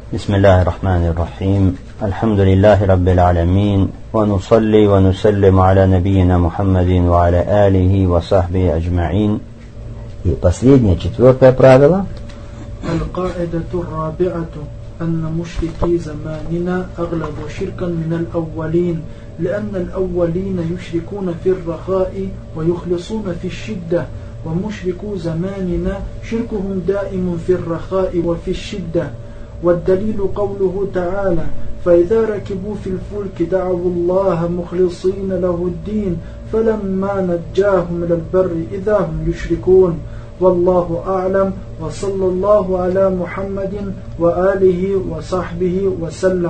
بسم الله الرحمن الرحيم الحمد لله رب العالمين ونصلي ونسلم على نبينا محمد وعلى آله وصحبه أجمعين. И последнее, четвертое правило. القاعدة الرابعة أن مشركي زماننا أغلب شركا من الأولين لأن الأولين يشركون في الرخاء ويخلصون في الشدة ومشركو زماننا شركهم دائم في الرخاء وفي الشدة. والدليل قوله تعالى فإذا ركبوا في الفلك دعوا الله مخلصين له الدين فلما نجاهم إلى البر إذا هم يشركون. والله أعلم وصلى الله على محمد وآله وصحبه وسلم.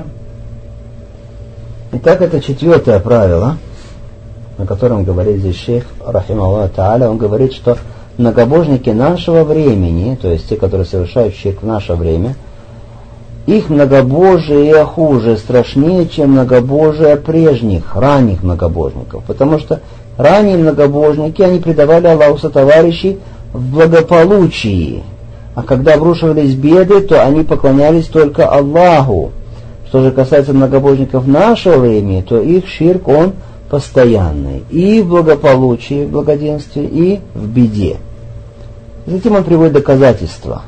Итак, это четвертое правило, о котором говорит здесь шейх, рахималлаху тааля. Он говорит, что многобожники нашего времени, то есть те, которые совершают ширк в наше время, их многобожие хуже, страшнее, чем многобожие прежних, ранних многобожников. Потому что ранние многобожники, они предавали Аллаху сотоварищей в благополучии. А когда обрушивались беды, то они поклонялись только Аллаху. Что же касается многобожников нашего времени, то их ширк, он постоянный. И в благополучии, в благоденствии, и в беде. Затем он приводит доказательства.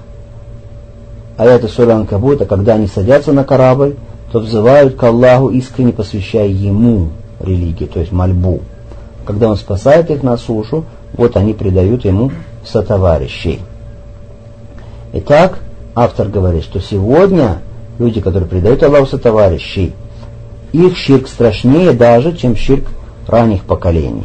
Аяты сура Анкабута, когда они садятся на корабль, то взывают к Аллаху, искренне посвящая Ему религию, то есть мольбу. Когда Он спасает их на сушу, вот они предают Ему сотоварищей. Итак, автор говорит, что сегодня люди, которые предают Аллаху сотоварищей, их ширк страшнее даже, чем ширк ранних поколений.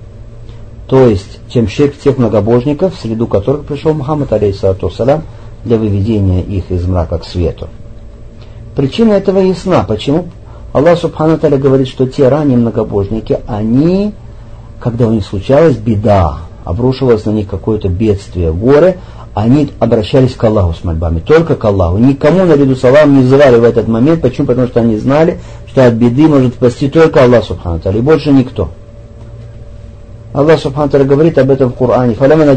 То есть, чем ширк тех многобожников, в среду которых пришел Мухаммад, алейхиссалату вассалям, для выведения их из мрака к свету. Причина этого ясна. Почему Аллах Субхану Тааля говорит, что те ранние многобожники, они, когда у них случалась беда, обрушивалось на них какое-то бедствие, горе, они обращались к Аллаху с мольбами, только к Аллаху. Никому наряду с Аллахом не взывали в этот момент. Почему? Потому что они знали, что от беды может спасти только Аллах Субхану Тааля, и больше никто. Аллах Субхану Тааля говорит об этом в Коране.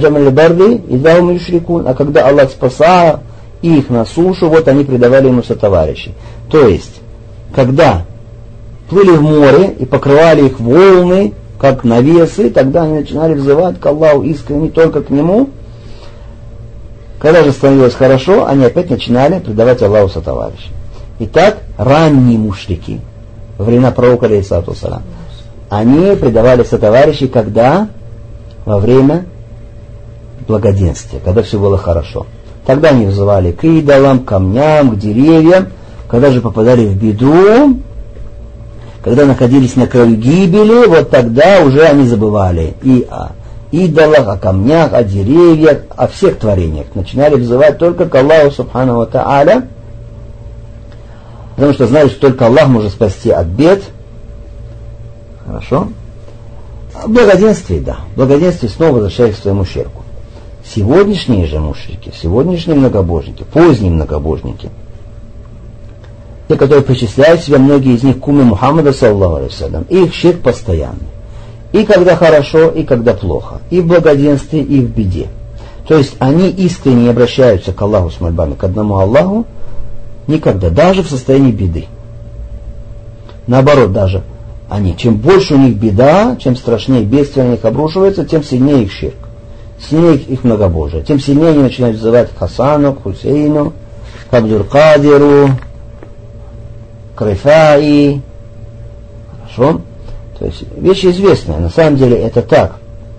А когда Аллах спасал их на сушу, вот они предавали ему сотоварищей. То есть, когда плыли в море и покрывали их волны, как навесы, тогда они начинали взывать к Аллаху искренне только к Нему. Когда же становилось хорошо, они опять начинали предавать Аллаху сотоварищей. Итак, ранние мушрики, во времена пророка, алейхиссалату вассалям, они предавали сотоварищей, когда? Во время благоденствия, когда все было хорошо. Тогда они взывали к идолам, к камням, к деревьям. Когда же попадали в беду, когда находились на краю гибели, вот тогда уже они забывали и о идолах, о камнях, о деревьях, о всех творениях. Начинали взывать только к Аллаху Субхану ва Тааля, потому что знали, что только Аллах может спасти от бед. Хорошо? Благоденствие, да. Благоденствие снова возвращается к своему ширку. Сегодняшние же мушрики, сегодняшние многобожники, поздние многобожники, те, которые причисляют себя, многие из них к умме Мухаммада, саллаллаху алейхи вассалям, их ширк постоянный. И когда хорошо, и когда плохо. И в благоденствии, и в беде. То есть они искренне обращаются к Аллаху с мольбами, к одному Аллаху, никогда, даже в состоянии беды. Наоборот, даже они, чем больше у них беда, чем страшнее бедствие на них обрушивается, тем сильнее их ширк, сильнее их многобожие, тем сильнее они начинают взывать к Хасану, к Хусейну, к Абдуль-Кадиру, к Рифаи. Хорошо? То есть вещь известная, на самом деле это так.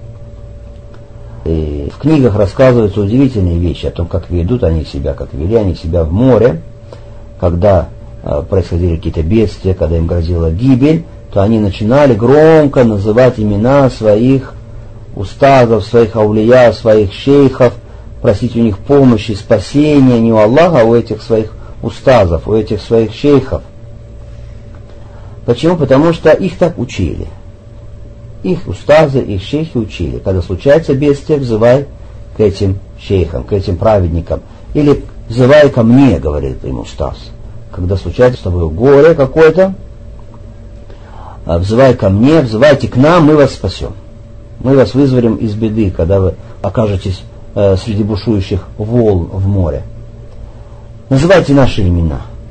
И в книгах рассказываются удивительные вещи о том, как ведут они себя, как вели они себя в море, когда происходили какие-то бедствия, когда им грозила гибель, то они начинали громко называть имена своих устазов, своих аулия, своих шейхов, просить у них помощи, спасения не у Аллаха, а у этих своих устазов, у этих своих шейхов. Почему? Потому что их так учили. Их устазы, их шейхи учили. Когда случается бедствие, взывай к этим шейхам, к этим праведникам. Или взывай ко мне, говорит им устаз. Когда случается с тобой горе какое-то, взывай ко мне, взывайте к нам, мы вас спасем. Мы вас вызволим из беды, когда вы окажетесь среди бушующих волн в море. Называйте наши имена.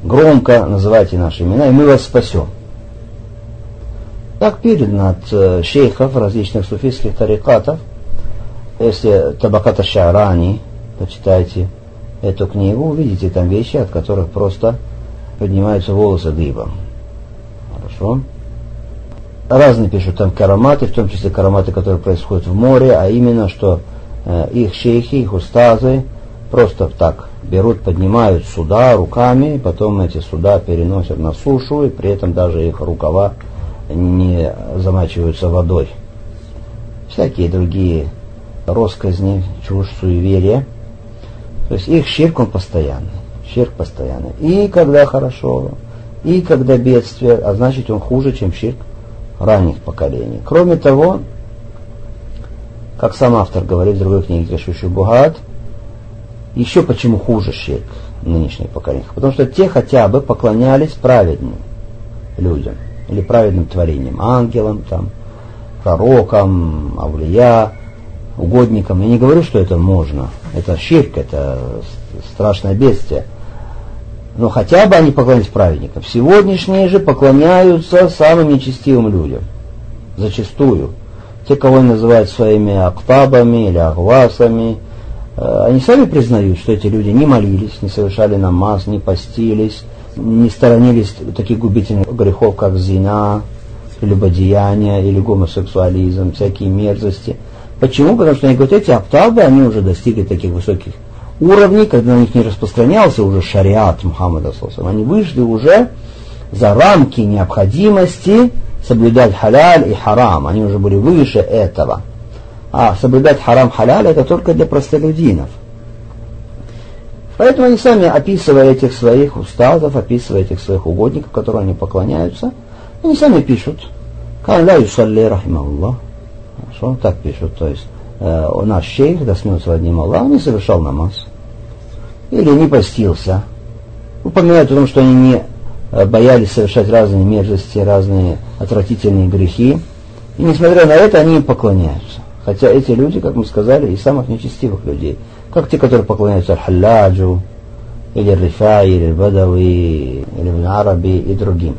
громко называйте наши имена, и мы вас спасем. Так передано от шейхов различных суфийских тарикатов. Если Табакат аш-Ша'рани, почитайте эту книгу, увидите там вещи, от которых просто поднимаются волосы дыбом. Хорошо. Разные пишут там караматы, в том числе караматы, которые происходят в море, а именно, что их шейхи, их устазы просто так берут, поднимают суда руками, потом эти суда переносят на сушу, и при этом даже их рукава не замачиваются водой. Всякие другие росказни, чушь, суеверия. То есть их ширк, он постоянный. Ширк постоянный. И когда хорошо, и когда бедствие, а значит он хуже, чем ширк ранних поколений. Кроме того, как сам автор говорит в другой книге Кашф аш-Шубухат, еще почему хуже ширк нынешних поколений? Потому что те хотя бы поклонялись праведным людям или праведным творениям, ангелам, там, пророкам, авлия, угодникам. Я не говорю, что это можно. Это ширк, это страшное бедствие. Но хотя бы они поклонялись праведникам. Сегодняшние же поклоняются самым нечестивым людям. Зачастую. Те, кого они называют своими актабами или ахвасами, они сами признают, что эти люди не молились, не совершали намаз, не постились, не сторонились таких губительных грехов, как зина, любодеяние или гомосексуализм, всякие мерзости. Почему? Потому что они говорят, эти актабы, они уже достигли таких высоких уровней, когда на них не распространялся уже шариат Мухаммада ﷺ. Они вышли уже за рамки необходимости соблюдать халяль и харам. Они уже были выше этого. А соблюдать харам-халяль это только для простолюдинов. Поэтому они сами, описывая этих своих устазов, описывая этих своих угодников, которым они поклоняются, они сами пишут. «Кан ла юсалли рахимахуллах». Хорошо, так пишут. То есть наш шейх, да смеется над ним Аллах, не совершал намаз. Или не постился. Упоминают о том, что они не боялись совершать разные мерзости, разные отвратительные грехи. И несмотря на это, они им поклоняются. Хотя эти люди, как мы сказали, из самых нечестивых людей. Как те, которые поклоняются Аль-Халляджу, или Рифай, или Бадави, или Араби и другим.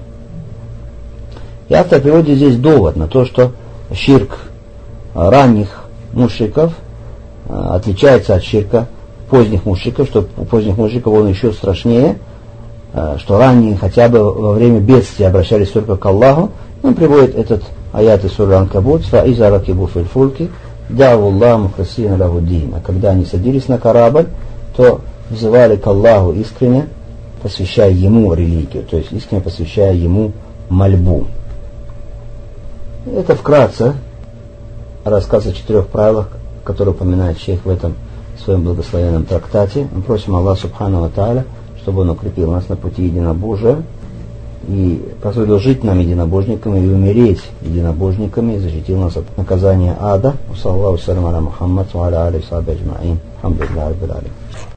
И автор приводит здесь довод на то, что ширк ранних мушриков отличается от ширка поздних мушриков, что у поздних мушриков он еще страшнее, что ранние хотя бы во время бедствия обращались только к Аллаху. Он приводит этот аят из суры Анкабут, «Фаиза ракибу фил фульки, дa'у Аллаху мухлисина лаху дин». А когда они садились на корабль, то взывали к Аллаху искренне, посвящая Ему религию, то есть искренне посвящая Ему мольбу. Это вкратце рассказ о 4 правилах, которые упоминает шейх в этом своем благословенном трактате. Мы просим Аллаха Субхану ва Тааля, чтобы Он укрепил нас на пути единобожия и позволил жить нам единобожниками и умереть единобожниками, и защитил нас от наказания ада. Саллаллаху салям аля Мухаммад ва аля алихи ва сахбихи аджмаин. Алхамдулиллахи раббил алямин.